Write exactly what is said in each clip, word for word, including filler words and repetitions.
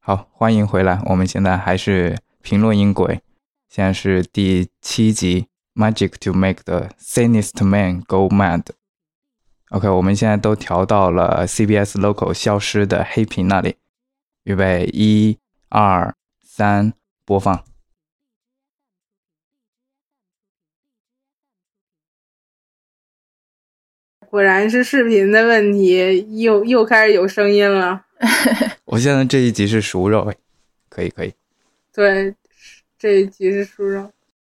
好，欢迎回来，我们现在还是评论音轨，现在是第七集 Magic to make the sanest man go mad。 OK， 我们现在都调到了 C B S logo 消失的黑屏那里，预备一二三播放。 果然是视频的问题，又又开始有声音了。 我现在这一集是熟肉，可以可以。 对，这一集是熟肉。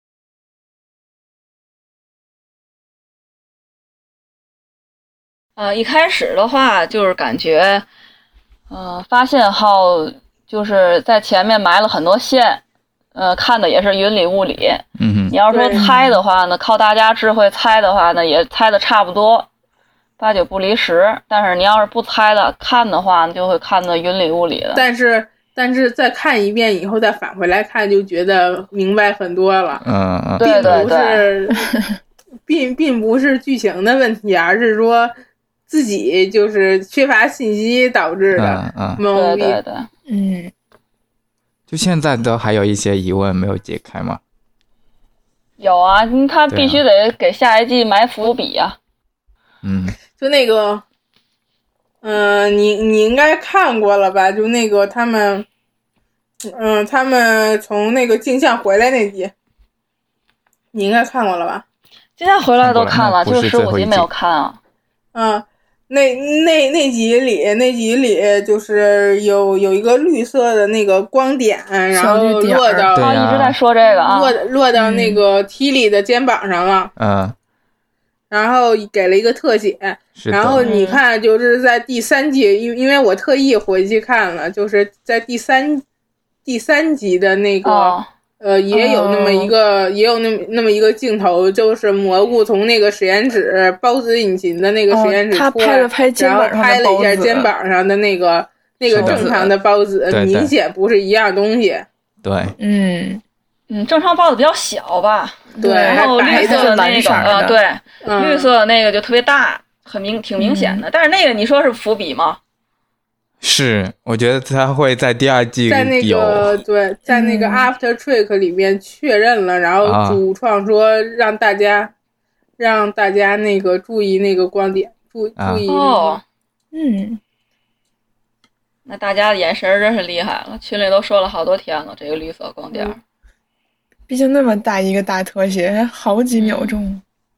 呃，一开始的话就是感觉，呃，发现号就是在前面埋了很多线，呃，看的也是云里雾里。 嗯哼。 你要说猜的话呢，靠大家智慧猜的话呢，也猜的差不多。八九不离十，但是你要是不猜的看的话，就会看得云里雾里的。 但是，但是再看一遍以后再返回来看，就觉得明白很多了。 嗯嗯， 对对对，并并不是剧情的问题，而是说自己就是缺乏信息导致的懵逼。 对对对， 嗯。 就现在都还有一些疑问没有解开吗？ 有啊，他必须得给下一季埋伏笔啊。 嗯。 就那个，嗯、呃，你你应该看过了吧？就那个他们，嗯、呃，他们从那个镜像回来那集，你应该看过了吧？ 镜像回来都看了，就十五集没有看啊。 嗯，那那那集里，那集里就是有有一个绿色的那个光点，然后落到， 他、啊、一直在说这个啊， 落落到那个 T 里的肩膀上了。 嗯。 然后给了一个特写，然后你看就是在第三季，因因为我特意回去看了，就是在第三第三集的那个、 哦、 呃也有那么一个、哦、也有那么那么一个镜头，就是蘑菇从那个实验室孢子引擎的那个实验室出来、哦、 他拍了拍肩膀上的然后拍了一下肩膀上的那个那个正常的孢子，明显不是一样东西。 对， 嗯嗯，正常孢子比较小吧。 对， 然后绿色的那个，呃，对、 嗯， 绿色的那个就特别大，很明，挺明显的。嗯、但是那个你说是伏笔吗？ 是，我觉得他会在第二季有， 在那个对，在那个 After Trick 里面确认了，嗯、然后主创说让大家、啊、让大家那个注意那个光点，注注意、那个。 哦， 嗯， 那大家的眼神真是厉害了，群里都说了好多天了，这个绿色光点。嗯， 毕竟那么大一个大特写，还好几秒钟。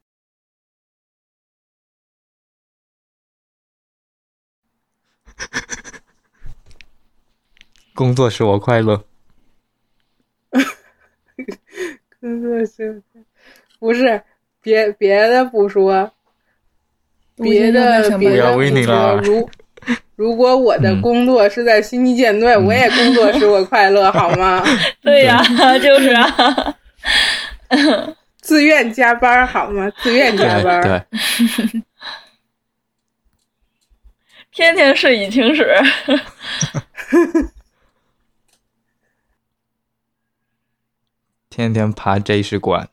工作使我快乐。 工作使不是别别的不说，别的别的不说。如如果我的工作是在星际舰队，嗯、我也工作使我快乐，好吗？ 对呀、啊，就是啊。 自愿加班好吗？自愿加班。 对。对天天是引擎室。 天天爬 J 使馆。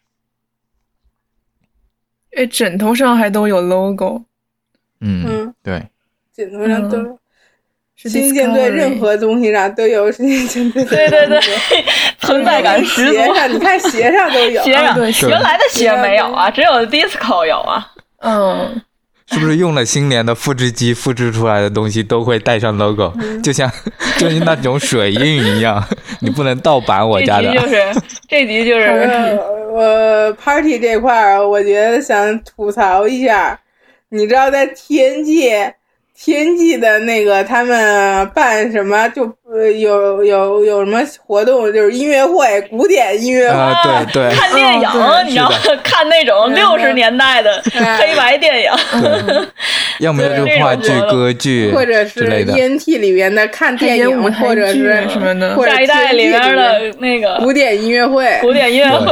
哎，枕头上还都有 logo。 嗯，嗯对。 枕头上都有。嗯，星际舰队任何东西上都有星际舰队的， 对对对，存在感十足。 鞋上，你看鞋上都有， 鞋上、 啊、 原来的鞋没有啊，只有 disco 有啊。 嗯， 是不是用了新年的复制机复制出来的东西都会带上 logo，、嗯、就像就是那种水印一样，你不能盗版我家的。 这集就是这集就是我、呃、party 这块儿，我觉得想吐槽一下，你知道在 T N G。天际的那个他们办什么就呃有有有什么活动，就是音乐会，古典音乐会， 啊、对对， 看电影， 哦、 你知道看那种六十年代的黑白电影， 要么就是话剧、歌剧， 或者是 E N T 里面的看电影，或者是什么的， 或者下一代里面的那个古典音乐会， 古典音乐会，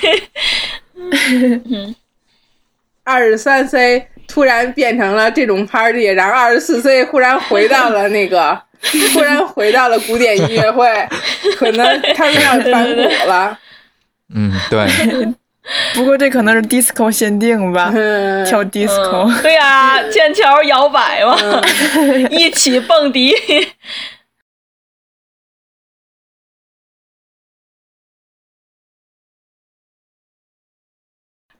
二十三 C。突然变成了这种 party， 然后二十四 C 忽然回到了那个，忽然回到了古典音乐会，可能他们要反骨了。 嗯，对。 不过这可能是 disco 限定吧， 嗯、 跳 disco。 嗯、对呀、啊，剑桥摇摆嘛，嗯、一起蹦迪。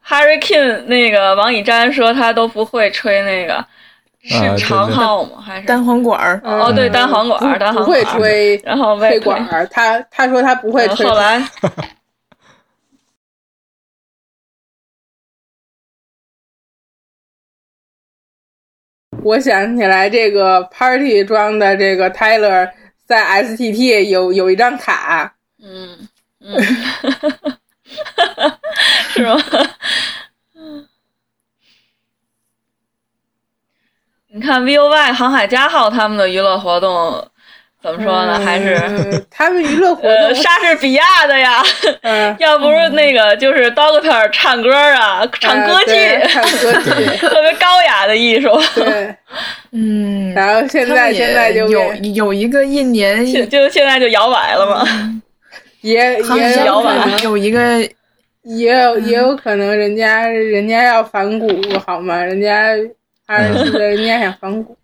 Harry King 那个王以瞻说他都不会吹那个，是长号吗？还是单簧管儿？ 哦，对，单簧管儿，单簧不会吹， 然后吹管儿，他他说他不会吹。 后来， 我想起来这个 Party 装的这个 Tyler 在 S T T 有有一张卡， 嗯嗯，是吗？你看 V O Y 航海家号他们的娱乐活动怎么说呢？ 嗯、 还是他们娱乐活动、 呃、莎士比亚的呀， 嗯、 要不是那个就是 Doctor 唱歌啊，唱歌剧， 嗯、唱歌剧， 特别高雅的艺术。 对， 嗯， 然后现在现在就有有一个一年就现在就摇摆了嘛， 嗯、也也摇摆有一个。 也有也有可能人家人家要反骨好吗？人家二十四的人家想反骨。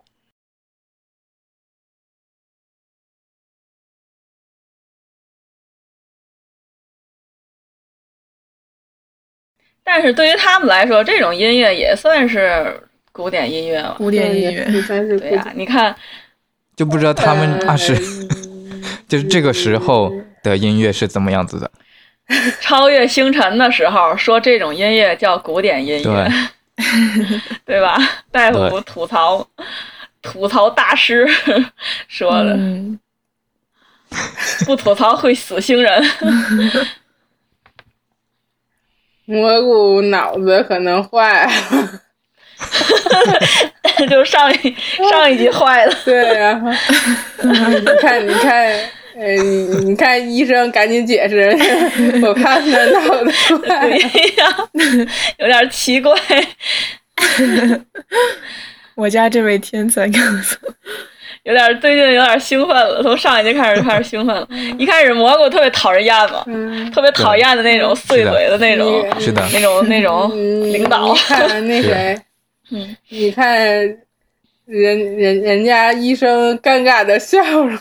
但是对于他们来说，这种音乐也算是古典音乐了。 古典音乐也算是对呀、啊，你看， 就不知道他们二十、呃，就是这个时候的音乐是怎么样子的。 超越星辰的时候说这种音乐叫古典音乐， 对, 对吧？大夫吐槽吐槽大师说了、嗯，不吐槽会死星人。 蘑菇脑子可能坏了， 就上一上一集坏了。 对，然后你看，你看。呃，你你看医生赶紧解释，我看他脑子坏了， 有点奇怪。 我家这位天才告诉我， 有点最近有点兴奋了，从上一集开始就开始兴奋了。一开始蘑菇特别讨人厌嘛， 嗯、 特别讨厌的那种碎嘴的那种， 是的， 那种那种领导。 你看那谁， 嗯， 你看人人人家医生尴尬的笑容。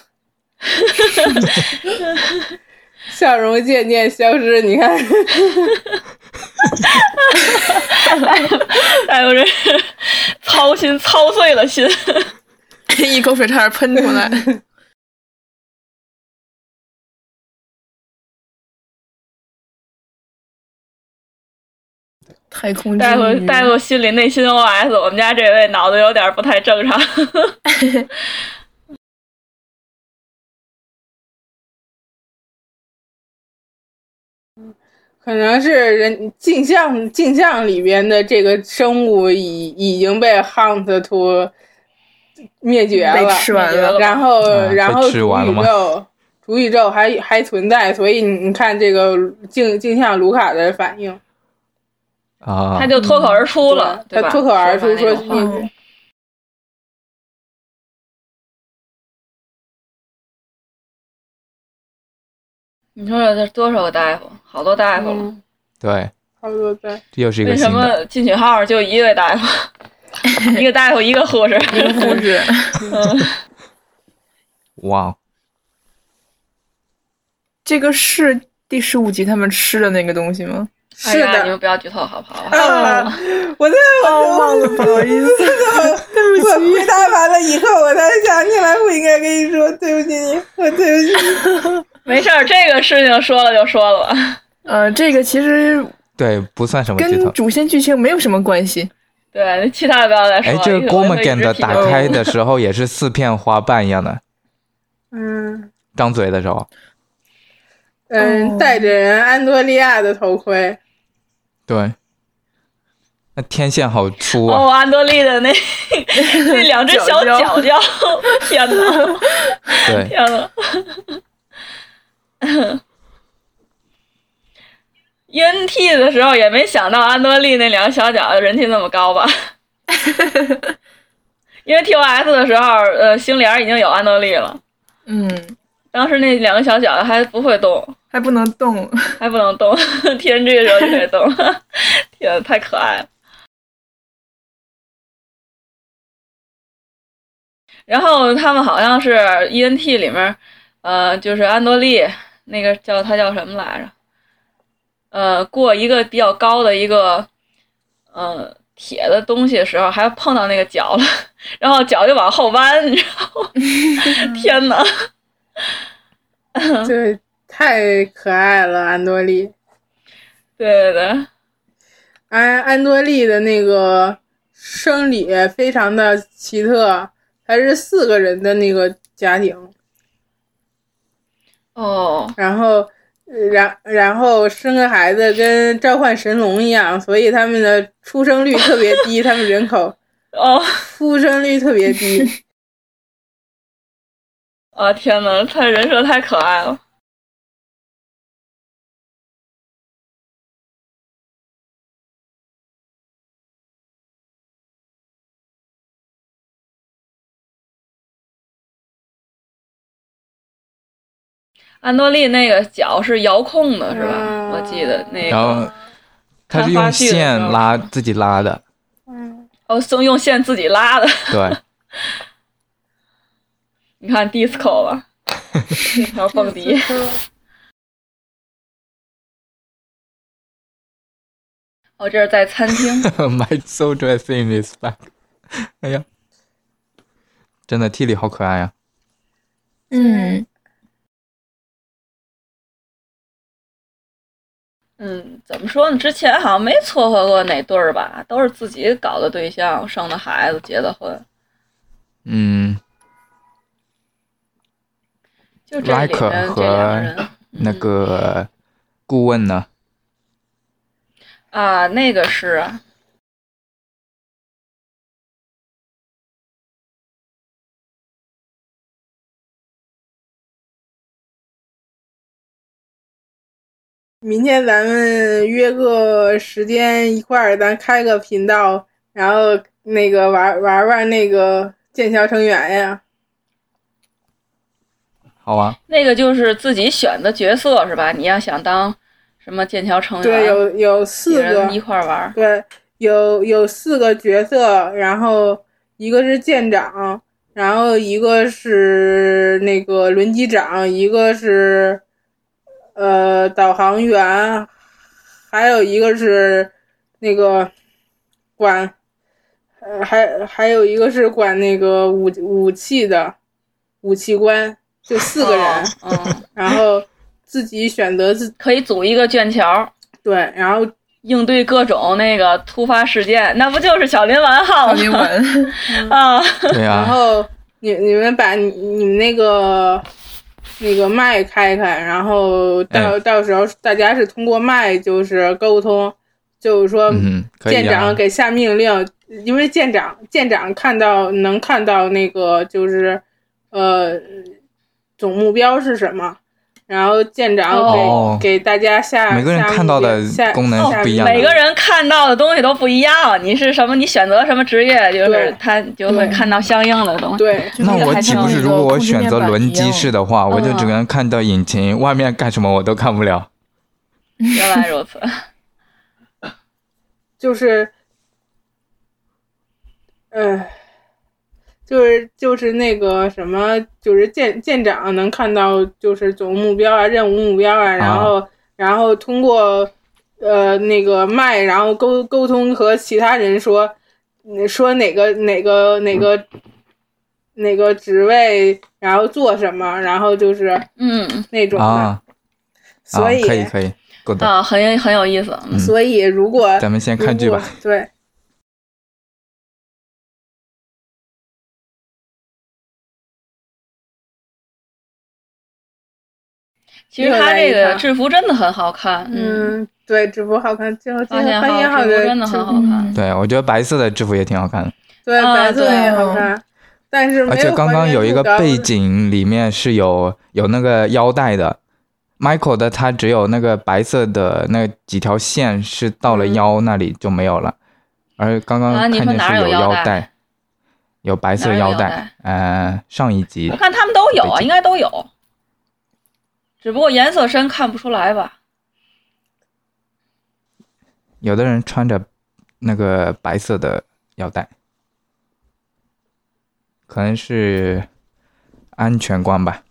笑容渐渐消失，你看， 大夫真是操心操碎了心， 一口水差点喷出来。太空大夫大夫心里内心 O S， 我们家这位脑子有点不太正常。 可能是人镜像镜像里边的这个生物已已经被 hunt to 灭绝了， 被吃完了， 然后、 啊、 然后主宇宙主宇宙还还存在，所以你看这个镜镜像卢卡的反应啊， 他就脱口而出了， 嗯、 对吧？ 他脱口而出说灭绝。 你说这多少个大夫？好多大夫了。 嗯、 对， 好多大夫。 这又是一个新的。为什么进取号就一位大夫？一个大夫，一个护士， 一个护士。 嗯。 哇， 这个是第十五集他们吃的那个东西吗？ 是的， 哎、你们不要剧透好不好？ 啊、我在我忘了，不好意思，对不起。 我回答完了以后，我才想起来，不应该跟你说，对不起你，我对不起。 没事儿，这个事情说了就说了吧。 呃，这个其实对不算什么剧透， 跟主线剧情没有什么关系。 对，其他的不要再说。 哎，这个 Gormagan 的打开的时候也是四片花瓣一样的。 嗯， 张嘴的时候。 嗯，戴着人安多利亚的头盔。 对。那天线好粗啊！ 哦，安多利的那那两只小脚脚，天哪！ 对， 天哪！E N T 的时候也没想到安多利那两个小脚人气那么高吧？因为 T O S 的时候，呃，星联已经有安多利了。 嗯， 当时那两个小脚还不会动， 还不能动， 还不能动。T N G 的时候就可以动，天，太可爱了。然后他们好像是 E N T 里面，呃，就是安多利那个叫他叫什么来着？呃，过一个比较高的一个嗯铁的东西的时候，还碰到那个脚了，然后脚就往后弯，你知道吗？天哪！ 对，太可爱了，安多利。 对对对， 安安多利的那个生理非常的奇特，他是四个人的那个家庭， 哦， 然后然然后生个孩子跟召唤神龙一样，所以他们的出生率特别低，他们人口哦， 出生率特别低。 啊天哪，他人设太可爱了。安多利那个脚是遥控的，是吧？ 嗯、 我记得那个。 然后他是用线拉自己拉的。 嗯。 哦，是用线自己拉的。 对。 你看 disco 吧，那条蹦迪。哦，这是在餐厅。 My soul dressing is back。哎呀，真的 Tilly 好可爱呀、啊。 嗯。 嗯，怎么说呢？之前好像没撮合过哪对儿吧，都是自己搞的对象，生的孩子，结的婚。 嗯。 就这里面这两人。 那个顾问呢？ 啊，那个是。 明天咱们约个时间一块儿，咱开个频道，然后那个玩玩玩那个剑桥成员呀。 好啊。 那个就是自己选的角色是吧？你要想当什么剑桥成员？ 对，有有四个一块玩。 对，有有四个角色，然后一个是舰长，然后一个是那个轮机长，一个是。呃，导航员，还有一个是那个管，呃，还还有一个是管那个武武器的武器官，就四个人， 哦嗯， 然后自己选择自可以组一个剑桥， 对，然后应对各种那个突发事件，那不就是小林丸号吗？ 小林丸啊， 对啊。 然后你你们把你你们那个。那个麦开开，然后到、哎、到时候大家是通过麦就是沟通，就是说舰长给下命令，嗯啊、因为舰长舰长看到能看到那个就是呃总目标是什么，然后舰长给、 哦、 给大家下每个人看到的功能是不一样的、 哦，每个人看到的东西都不一样。你是什么？你选择什么职业，就是他就会看到相应的东西。 对， 那我岂不是如果我选择轮机式的话，我就只能看到引擎，嗯、外面干什么我都看不了。 原来如此。 就是，呃。就是就是那个什么，就是舰舰长能看到就是总目标啊、任务目标啊，然后、啊、然后通过呃那个麦，然后沟沟通和其他人说，说哪个哪个哪个、嗯、哪个职位，然后做什么，然后就是嗯那种的， 啊、 所以、 啊、可以可以够的啊，很很有意思。 嗯、所以如果咱们先看剧吧， 对。 其实他这个制服真的很好看， 嗯，对，制服好看，最后发现很好的，真的很好看。 对，我觉得白色的制服也挺好看的。 对，白色也好看，啊、但是没有而且刚刚有一个背景里面是有有那个腰带的 ，Michael 的他只有那个白色的那几条线是到了腰那里就没有了，嗯、而刚刚看见是有腰带。啊、有白色腰带，呃，上一集我看他们都有啊，应该都有。只不过颜色深看不出来吧。 有的人穿着那个白色的腰带，可能是安全冠吧。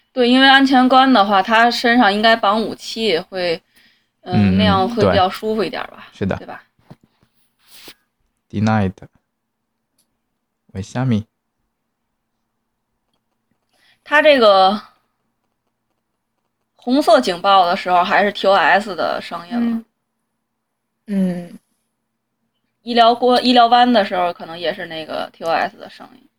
对，因为安全冠的话，他身上应该绑武器，会，嗯， 嗯那样会对比较舒服一点吧？ 是的对吧？ denied 为虾米？ 他这个红色警报的时候还是 T O S 的声音了， 嗯嗯， 医疗过医疗弯的时候可能也是那个 T O S 的声音。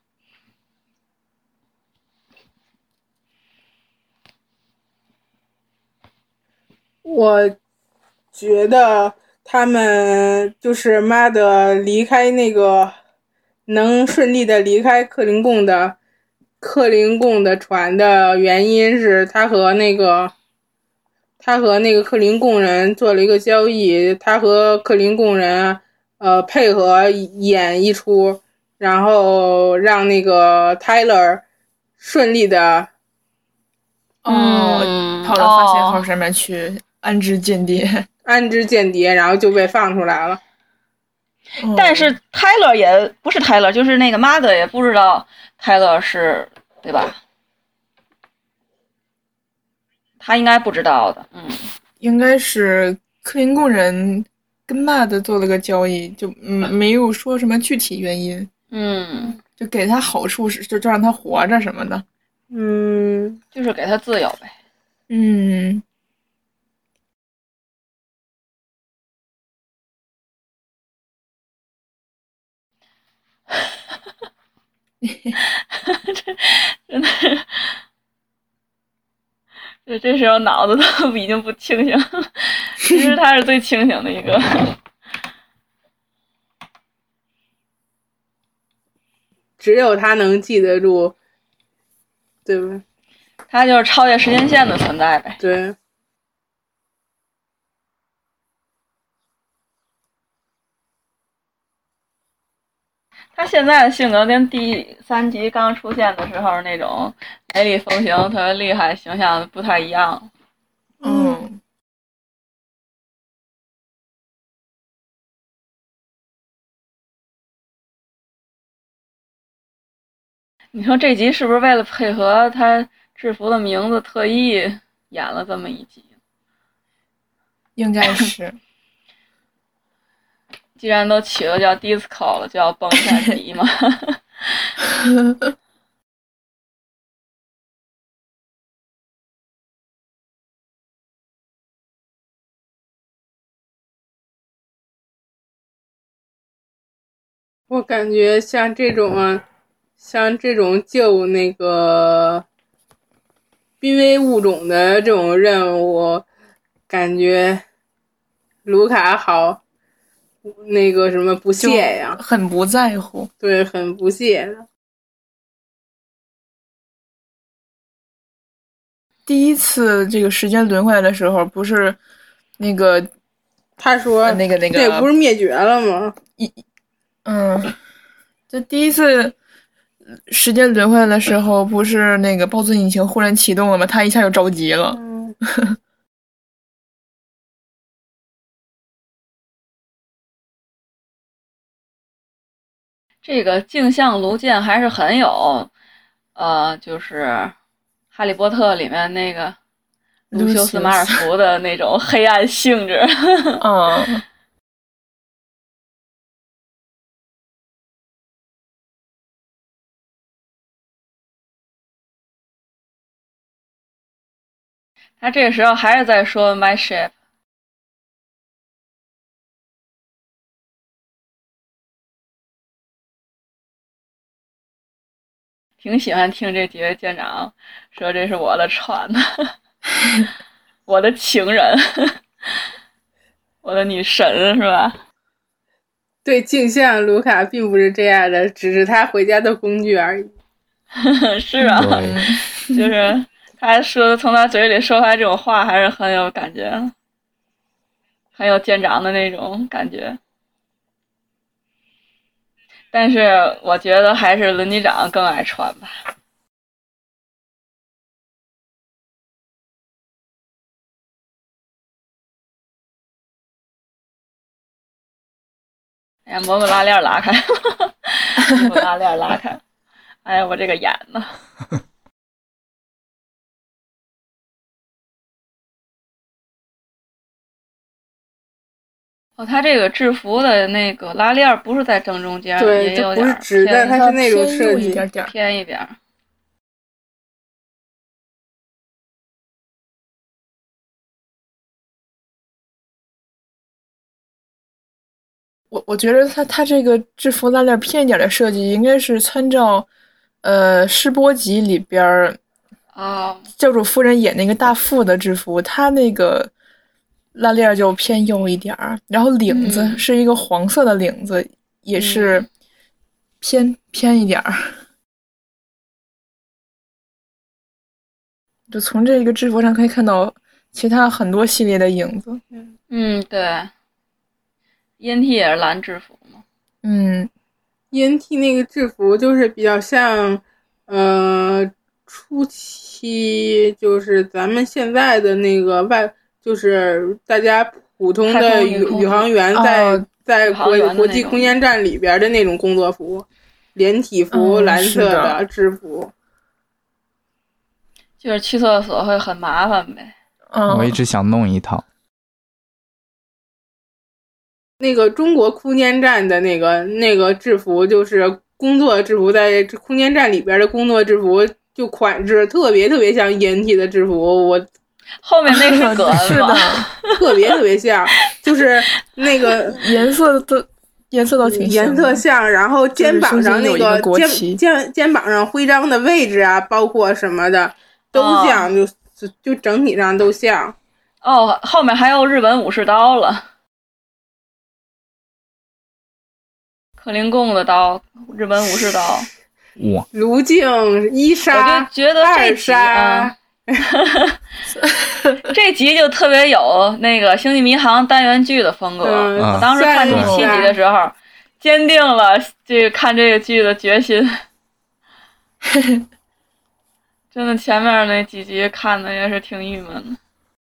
我觉得他们就是妈的离开那个能顺利的离开克林贡的克林贡的船的原因是他和那个他和那个克林贡人做了一个交易，他和克林贡人呃配合演一出，然后让那个 Tyler 顺利的哦， 嗯跑到发现号哦上面去安置间谍。 安置间谍，然后就被放出来了。 哦但是 Tyler 也不是 Tyler，就是那个 Mother 也不知道 Tyler 是对吧？他应该不知道的，嗯， 应该是克林贡人跟 Mad 做了个交易，就嗯没有说什么具体原因， 嗯， 就给他好处是就就让他活着什么的。 嗯， 就是给他自由呗。 嗯， 真的是，这这时候脑子都已经不清醒了，其实他是最清醒的一个。 只有他能记得住，对吧？ 他就是超越时间线的存在呗。 对。 他现在的性格跟第三集刚出现的时候那种雷厉风行、特别厉害形象不太一样。 嗯， 你说这集是不是为了配合他制服的名字特意演了这么一集？ 应该是。 既然都起了叫 disco 了，就要蹦一下迪嘛。 我感觉像这种啊，像这种救那个濒危物种的这种任务，感觉卢卡好那个什么不就屑呀， 很不在乎。 对，很不屑的。 第一次这个时间轮回来的时候，不是那个他说、 呃那个那个这不是灭绝了吗？ 嗯，这第一次时间轮回来的时候，不是那个抱尊引擎忽然启动了吗？他一下就着急了。 嗯， 这个镜像卢剑还是很有，呃，就是《哈利波特》里面那个卢修斯·马尔福的那种黑暗性质。 嗯， 他这个时候还是在说 my ship。挺喜欢听这几位舰长说这是我的船，我的情人，我的女神是吧？ 对，镜像卢卡并不是这样的，只是他回家的工具而已。 是啊，就是他说从他嘴里说出来这种话，还是很有感觉，很有舰长的那种感觉。但是我觉得还是轮机长更爱穿吧。哎呀，蘑菇拉链拉开，蘑菇拉链拉开，哎呀，我这个眼呢？ 哦，他这个制服的那个拉链不是在正中间， 对， 也有这不是直的，它是那种设计， 一点点偏一点。 我我觉得他他这个制服拉链偏一点的设计，应该是参照，呃，《世波集》里边儿啊， 教主夫人演那个大副的制服，他那个拉链就偏右一点儿，然后领子是一个黄色的领子，嗯、也是偏、嗯、偏一点儿。就从这个制服上可以看到其他很多系列的影子。 嗯，对。E N T 也是蓝制服吗？ 嗯 ，E N T 那个制服就是比较像，呃，初期就是咱们现在的那个外，就是大家普通的宇宇航员在、 哦、 在国国际空间站里边的那种工作服，连体服、 嗯、 蓝色的制服。 就是去厕所会很麻烦呗。 嗯， 我一直想弄一套。 那个中国空间站的那个那个制服，就是工作制服，在空间站里边的工作制服，就款式特别特别像 E N T 的制服。我后面那是格是的， 特别特别像，就是那个颜色都颜色都挺像， 颜色像，然后肩膀上那个肩肩肩膀上徽章的位置啊，包括什么的都像，哦、就就整体上都像。 哦，后面还有日本武士刀了。克林贡的刀，日本武士刀， 哇！ 卢镜一杀， 我就觉得这集啊，这集就特别有那个《星际迷航》单元剧的风格。 嗯、 我当时看第七集的时候，坚定了这个看这个剧的决心。真的，前面那几集看的也是挺郁闷的。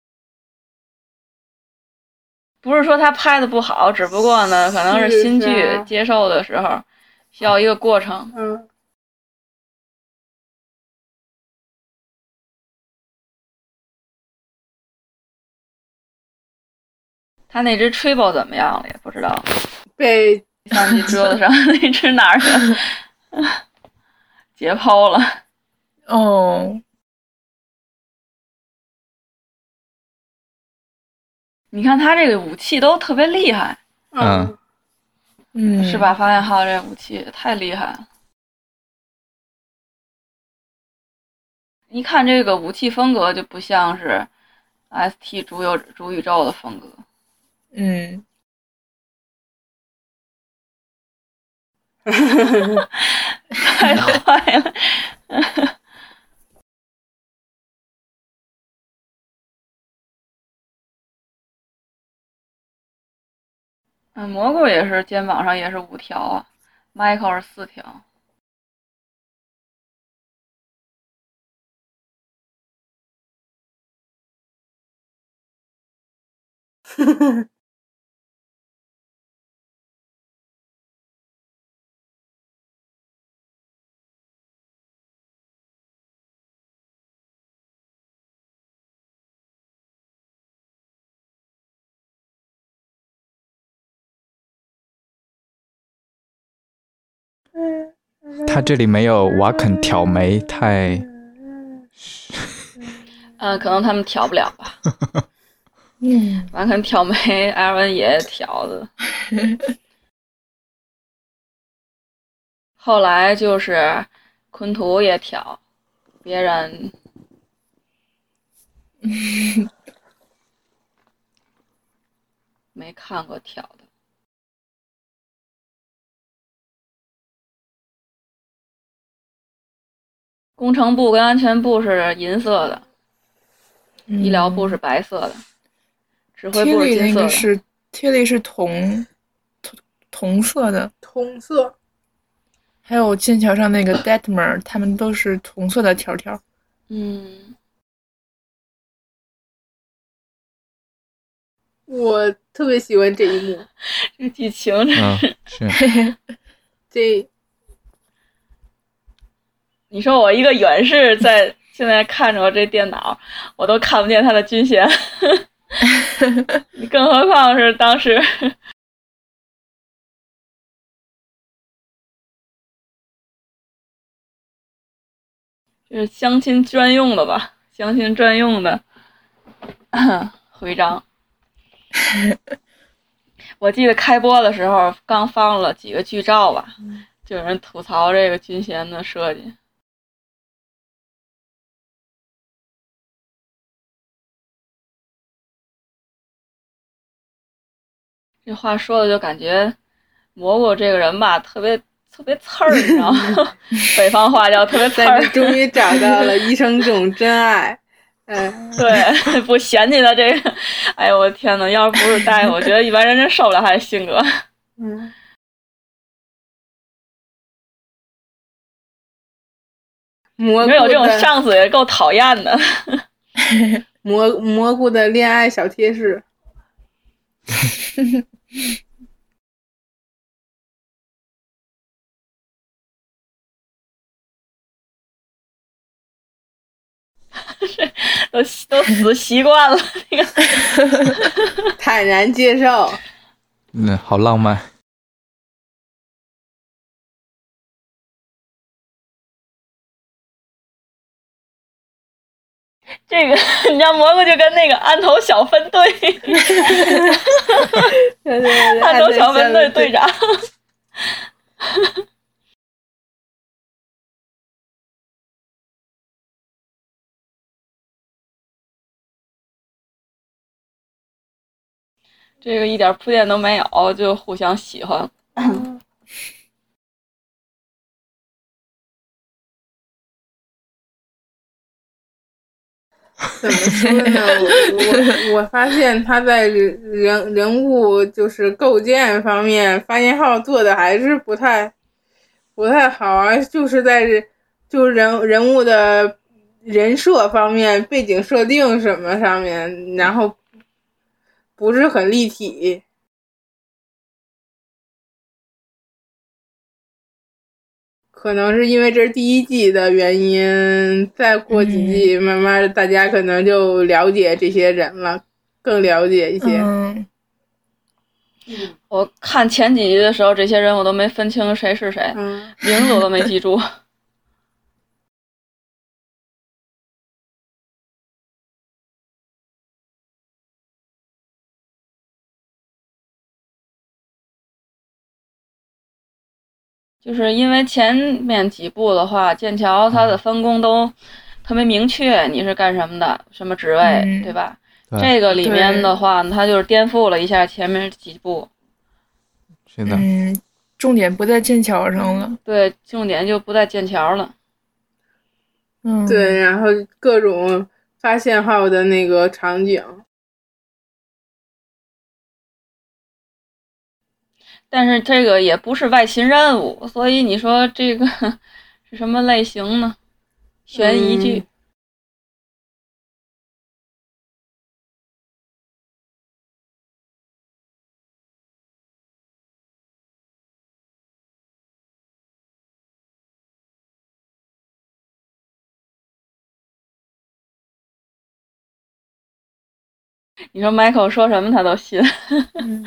不是说他拍的不好，只不过呢，可能是新剧接受的时候需要一个过程。 嗯。 他那只吹包怎么样了？也不知道。 被相机桌子上那只哪儿去了？解剖了。 哦。 你看他这个武器都特别厉害， 嗯， 嗯， 是吧？发现号这武器太厉害了。一看这个武器风格就不像是 S T 主有主宇宙的风格。 嗯， 太坏了。嗯，蘑菇也是肩膀上也是五条啊 ，Michael 是四条。 他这里没有瓦肯挑眉，太…… 嗯，可能他们挑不了吧。 嗯， 瓦肯挑眉，艾文也挑的。后来就是昆图也挑，别人没看过挑的。工程部跟安全部是银色的， 嗯、 医疗部是白色的，指挥部是金色的。 是贴力是铜铜铜色的， 铜色。 还有剑桥上那个 Detmer， 他们都是铜色的条条。 嗯， 我特别喜欢这一幕， 这剧情嗯是这。 你说我一个远视在现在看着我这电脑，我都看不见他的军衔。 更何况是当时这是相亲专用的吧？相亲专用的徽章。我记得开播的时候刚放了几个剧照吧，就有人吐槽这个军衔的设计。这话说的就感觉蘑菇这个人吧，特别特别刺儿，你知道吗？北方话叫特别刺儿。 终于找到了一生中真爱。嗯， 对，不嫌弃他这个。哎呦，我的天呐，要是不是大夫，我觉得一般人真受不了他的性格。 嗯。蘑菇你说有这种上司也够讨厌的。 蘑蘑菇的恋爱小贴士。 都都死习惯了，那个坦然接受。 嗯，好浪漫。 这个你知道蘑菇就跟那个安头小分队， 对对对， 安头小分队队长。这个一点铺垫都没有，就互相喜欢。 怎么说呢？我我我发现他在人人物就是构建方面，发现号做的还是不太不太好啊，就是在就是人人物的人设方面、背景设定什么上面，然后不是很立体。可能是因为这是第一季的原因，再过几季，嗯、慢慢的大家可能就了解这些人了，更了解一些。 嗯， 我看前几集的时候，这些人我都没分清谁是谁， 嗯、 名字我都没记住。就是因为前面几部的话，剑桥它的分工都特别明确，你是干什么的，什么职位， 嗯、 对吧？ 对这个里面的话，它就是颠覆了一下前面几部。 是的。 嗯，重点不在剑桥上了。 对，重点就不在剑桥了。 嗯， 对，然后各种发现号的那个场景。 但是这个也不是外勤任务，所以你说这个是什么类型呢？悬疑剧。嗯、你说 Michael 说什么他都信。 嗯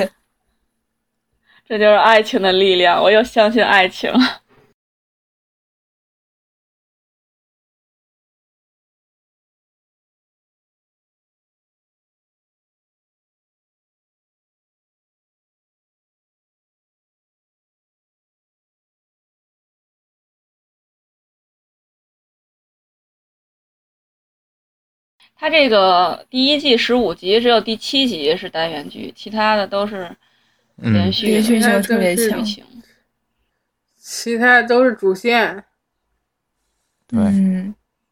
这就是爱情的力量，我又相信爱情。它这个第一季十五集，只有第七集是单元剧，其他的都是连续的， 连续性特别强， 其他的都是主线。 对。 嗯。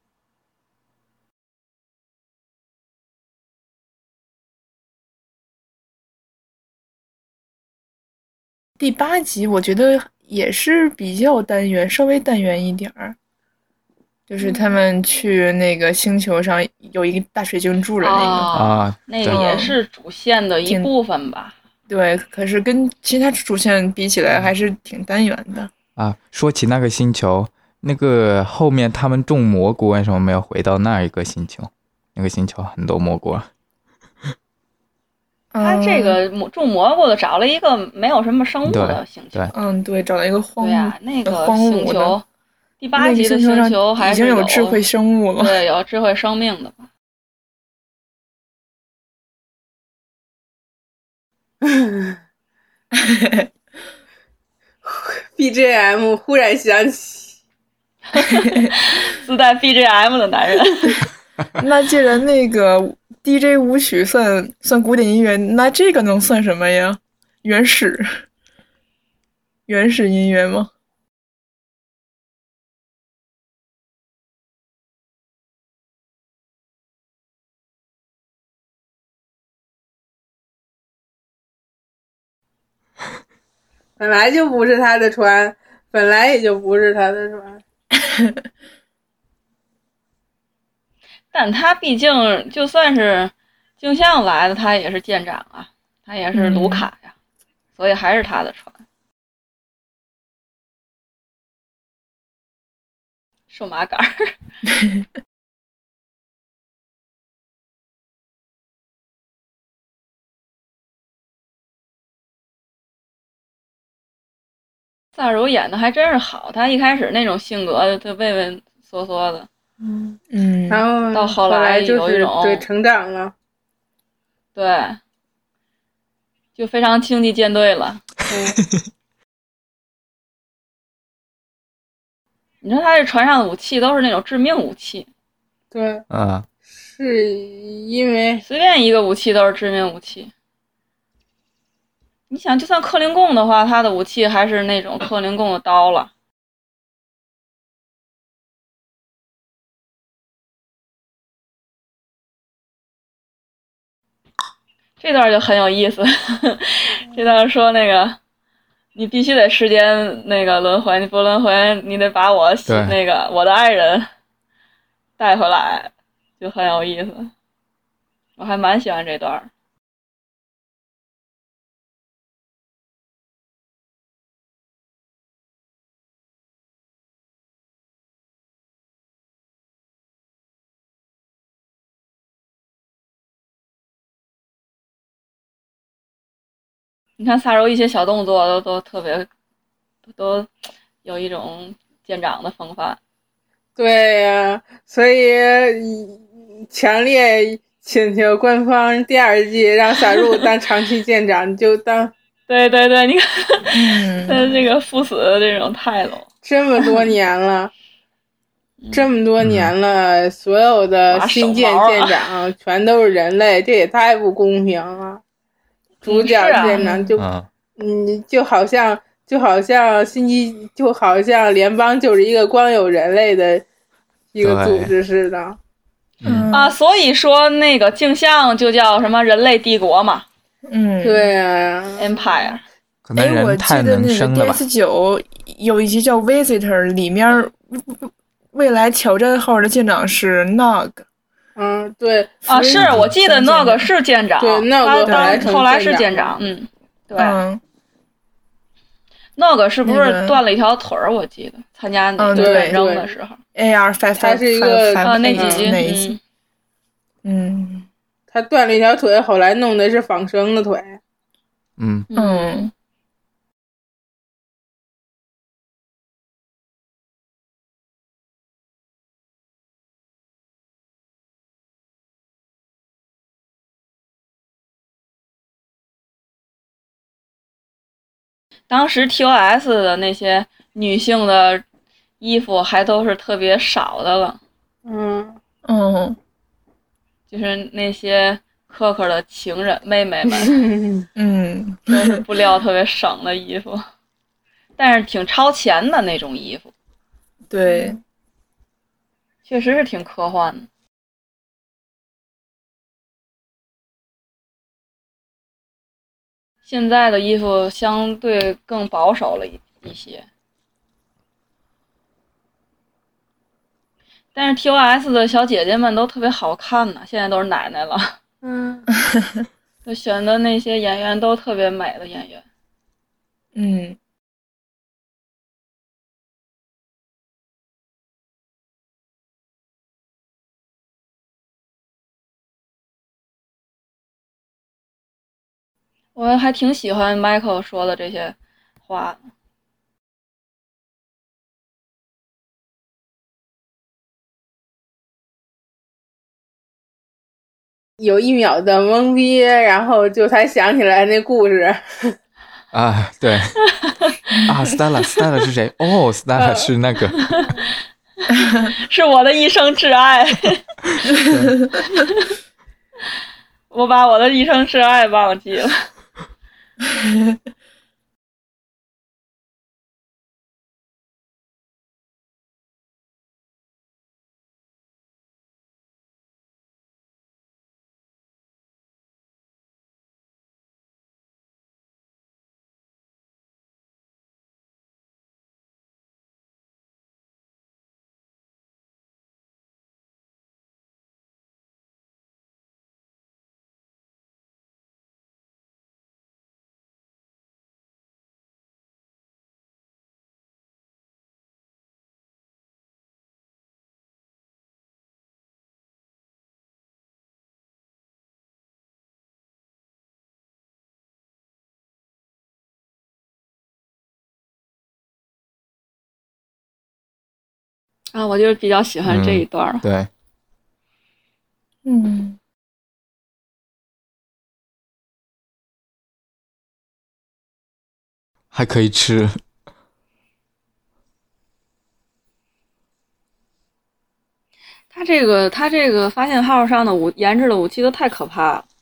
第八集我觉得也是比较单元，稍微单元一点儿。就是他们去那个星球上有一个大水晶柱的那个啊， 那个也是主线的一部分吧。 对，可是跟其他主线比起来还是挺单元的。 啊，说起那个星球，那个后面他们种蘑菇为什么没有回到那一个星球？那个星球很多蘑菇啊。 他这个种蘑菇的找了一个没有什么生物的星球。 嗯，对，找了一个荒对呀、啊，那个荒星球，第八集的星球还已经有智慧生物了， 对，有智慧生命的吧。 B G M 忽然想起， 自带 B G M 的男人。 那既然那个 D J 舞曲算算古典音乐，那这个能算什么呀？原始原始音乐吗？ 本来就不是他的船，本来也就不是他的船。 但他毕竟就算是镜像来的，他也是舰长啊，他也是卢卡呀，嗯、所以还是他的船。数码杆儿。萨茹演的还真是好，他一开始那种性格，他畏畏缩缩的， 嗯嗯， 然后到后来有一种对成长了， 对，就非常星际舰队了。嗯，你说他这船上的武器都是那种致命武器， 对， 嗯， 是因为随便一个武器都是致命武器。你想，就算克林贡的话，他的武器还是那种克林贡的刀了。这段就很有意思，这段说那个，你必须得时间那个轮回，你不轮回，你得把我那个我的爱人带回来，就很有意思。我还蛮喜欢这段。你看萨柔一些小动作都都特别，都有一种舰长的风范。 对呀、啊，所以强烈请求官方第二季让萨入当长期舰长，你就当。 对对对，你看，嗯，他这个赴死的这种态度， 这么多年了。这么多年了，嗯、所有的新舰舰长全都是人类，这也太不公平了。主角舰长就， 嗯， 嗯，就好像就好像星际，就好像联邦就是一个光有人类的一个组织似的。 嗯啊，所以说那个镜像就叫什么人类帝国嘛。 嗯， 对啊 ，Empire。 可能人太能生了吧。 哎，我记得那个 D S 九有一集叫 Visitor， 里面未来挑战号的舰长是 Nog。 嗯，对啊，是我记得 Nog 是舰长， 对 Nog 他后来是舰长，嗯，对。 嗯 Nog 是不是断了一条腿儿？我记得参加那个战争的时候 ，A R five， 他是一个啊那几集， 那一集，嗯， 他断了一条腿，后来弄的是仿生的腿， 嗯嗯。 当时 T O S 的那些女性的衣服还都是特别少的了， 嗯嗯， 就是那些可可的情人妹妹们， 嗯， 都是布料特别省的衣服，但是挺超前的那种衣服， 对， 确实是挺科幻的。现在的衣服相对更保守了一些，但是 T O S 的小姐姐们都特别好看呢，现在都是奶奶了。 嗯， 就选的那些演员都特别美的演员。 嗯。 我还挺喜欢 Michael 说的这些话。 有一秒的懵逼，然后就才想起来那故事。 啊，对，啊 ，Stella，Stella 是谁？哦 ，Stella 是那个， 是我的一生挚爱。我把我的一生挚爱忘记了。啊，我就是比较喜欢这一段、 嗯、对， 嗯， 还可以吃。 他这个，他这个发现号上的武研制的武器都太可怕了。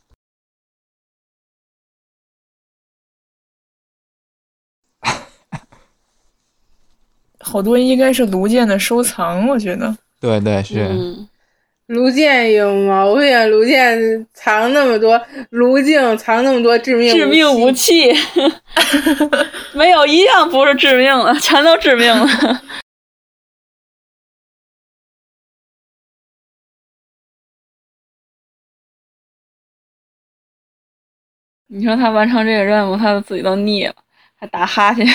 好多应该是卢剑的收藏，我觉得。 对对是。 嗯， 卢剑有毛病，卢剑藏那么多，卢静藏那么多致命致命武器，没有一样不是致命的，全都致命了。你说他完成这个任务，他自己都腻了，还打哈欠。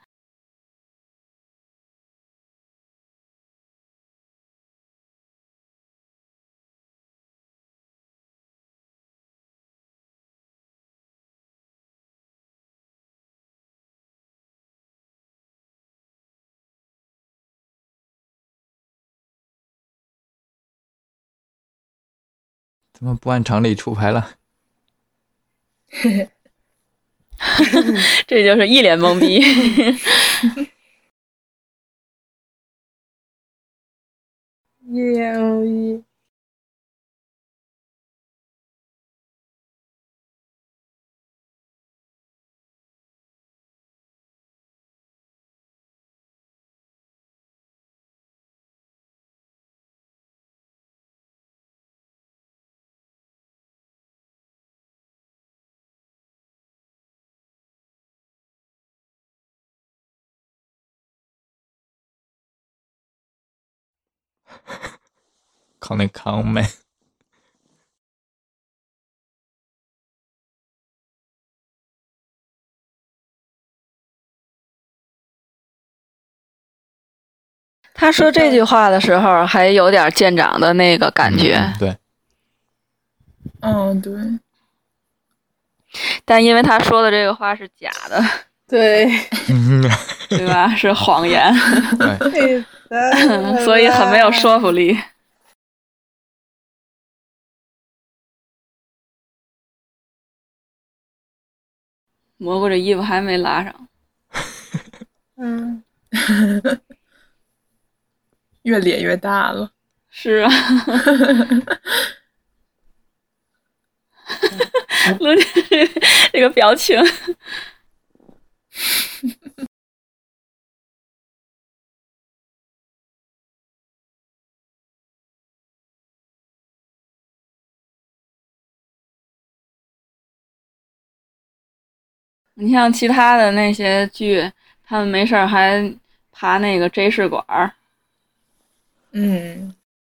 怎么不按常理出牌了？ 这就是一脸懵逼。 一脸懵逼。 康内康妹。 他说这句话的时候，还有点舰长的那个感觉。 嗯、对。 嗯，对。 但因为他说的这个话是假的， 对， 对吧？是谎言， 对， 所以很没有说服力。蘑菇这衣服还没拉上。 嗯。 越咧越大了。 是啊。卢姐这个表情。你像其他的那些剧，他们没事还爬那个 J 试管。 嗯。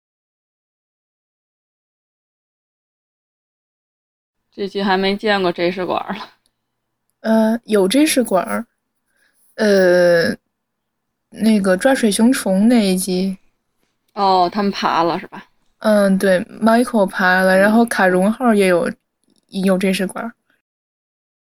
这集还没见过 J 试管了。 呃，有 J 试管，呃，那个抓水熊虫那一集。 哦，他们爬了是吧？ 嗯，对 ，Michael 爬了，然后卡戎号也有有 J 试管。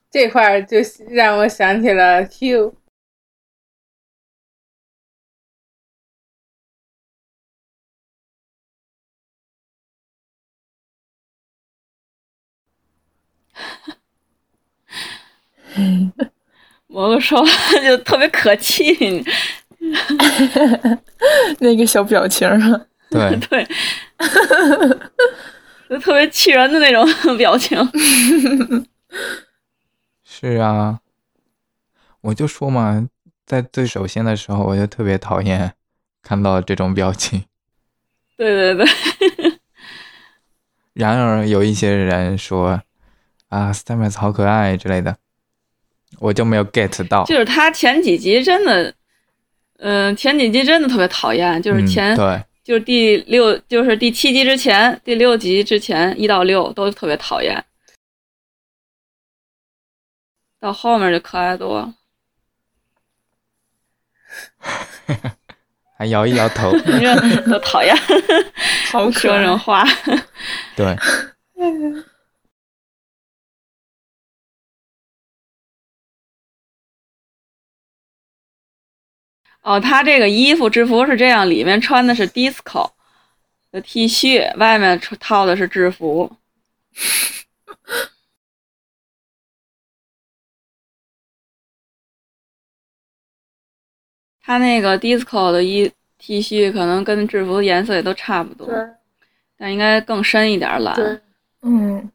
这块就让我想起了 Q。 蘑菇说话就特别可气， 那个小表情啊， 对对，就特别气人的那种表情。 是啊，我就说嘛，在最首先的时候，我就特别讨厌看到这种表情。 对对对。 然而有一些人说啊 Stamets 好可爱之类的，我就没有 get 到。 就是他前几集真的，嗯、呃，前几集真的特别讨厌，就是前、 嗯、对， 就是第六，就是第七集之前，第六集之前一到六都特别讨厌，到后面就可爱多了。 还摇一摇头， 你这多讨厌， 好可爱说这种话。 对。 哦，他这个衣服制服是这样，里面穿的是 disco 的 T 恤，外面套的是制服。他那个 disco 的衣 T 恤可能跟制服的颜色也都差不多，但应该更深一点蓝。 对， 嗯。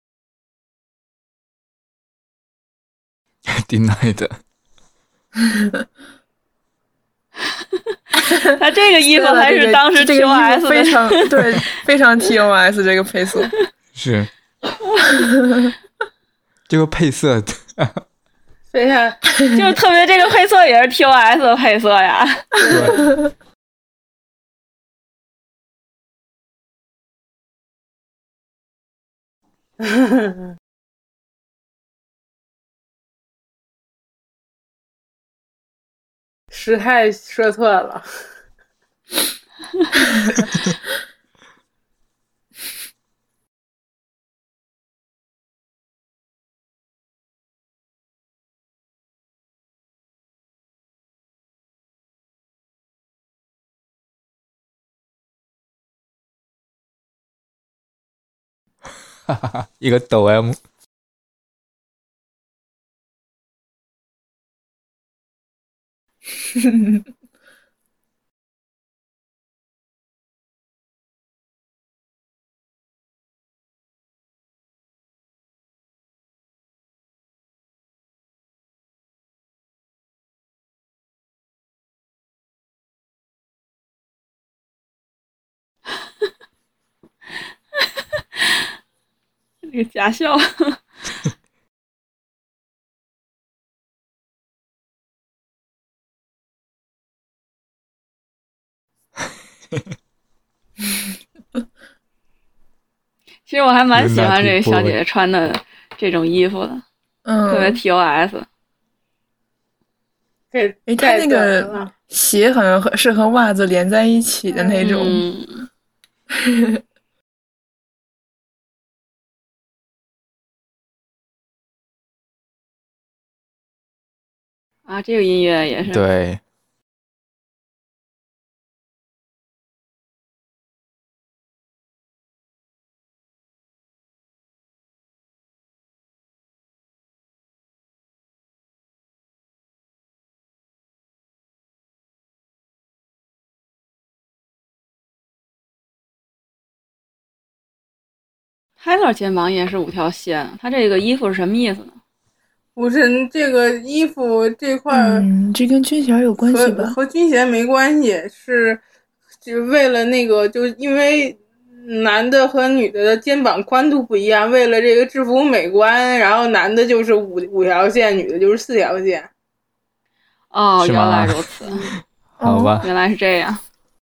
denied。 他这个衣服还是当时 T O S 的、 这个、非常对，非常 T O S 这个配色是这个配色非常就是特别这个配色也是 T O S 的配色呀。 对。 时态说错了。 哈哈，一个抖 M。 这个假笑。其实我还蛮喜欢这个小姐姐穿的这种衣服的， 嗯， 特别 T O S。 哎， 她那个鞋好像是和袜子连在一起的那种。 嗯啊，这个音乐也是。 对。 Tyler 肩膀也是五条线，他这个衣服是什么意思呢？ 不是这个衣服这块， 嗯，这跟军衔有关系吧？ 和和军衔没关系，是就为了那个，就因为男的和女的的肩膀宽度不一样，为了这个制服美观，然后男的就是五五条线，女的就是四条线。 哦，原来如此。 好吧， 原来是这样。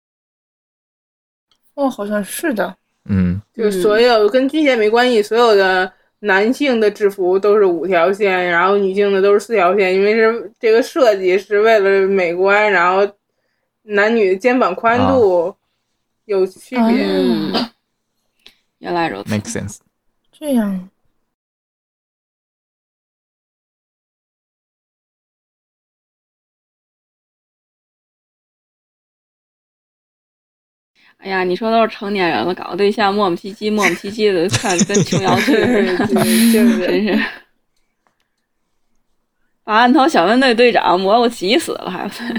哦，好像是的。 嗯， 就所有跟军衔没关系，所有的男性的制服都是五条线，然后女性的都是四条线，因为是这个设计是为了美观，然后男女肩膀宽度有区别。 嗯，原来如此 ，make sense。 这样。 哎呀，你说都是成年人了，搞对象磨磨唧唧磨磨唧唧的，看跟琼瑶剧似的，真是把暗头小分队队长磨我急死了，还不是？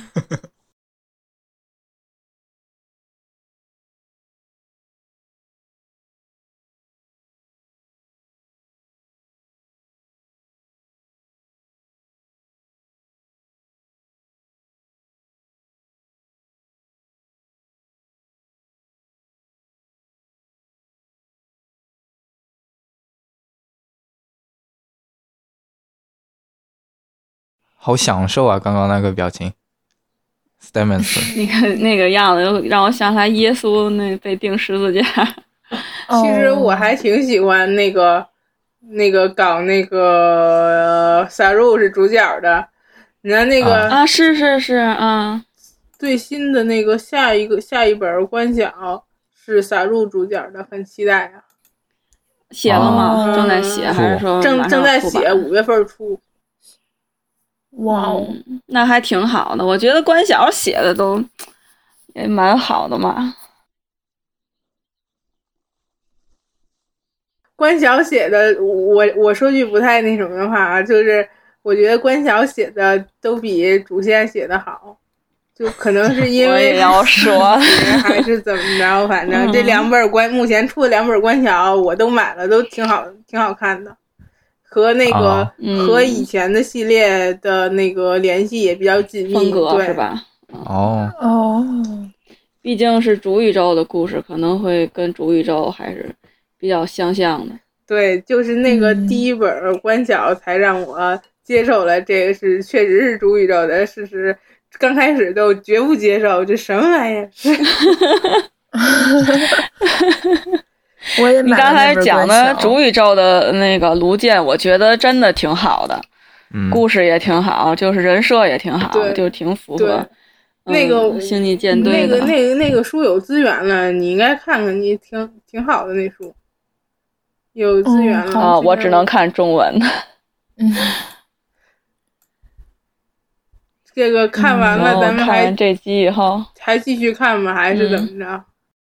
好享受啊！刚刚那个表情 ，Stamets 那个那个样子，让我想起来耶稣那被钉十字架。 其实我还挺喜欢那个那个搞那个萨入是主角的，你看那个啊，是是是啊， 最新的那个下一个下一本关晓是萨入主角的，很期待啊。 写了吗？ 哦、 正在写还是说正正在写，五月份出。 哇哦、 嗯，那还挺好的。我觉得关晓写的都也蛮好的嘛。 关晓写的，我我说句不太那什么的话啊，就是我觉得关晓写的都比主线写的好，就可能是因为我也要说还是怎么着，反正这两本关目前出的两本关晓我都买了，都挺好，挺好看的。和那个、 啊、 和以前的系列的那个联系也比较紧密， 风格对是吧？ 哦哦， 毕竟是主宇宙的故事，可能会跟主宇宙还是比较相像的。 对，就是那个第一本关晓才让我接受了这个是确实是主宇宙的事实，刚开始都绝不接受，这什么玩意儿？ 我也买了。 你刚才讲的主宇宙的那个卢剑，我觉得真的挺好的， 嗯， 故事也挺好，就是人设也挺好，就挺符合、 嗯、那个星际舰队的。那个那个那个书有资源了，你应该看看，你挺挺好的那书，有资源了。 啊、嗯，我只能看中文。 嗯， 这个看完了， 嗯、 咱们还看完这集以后还继续看吗？还是怎么着？ 嗯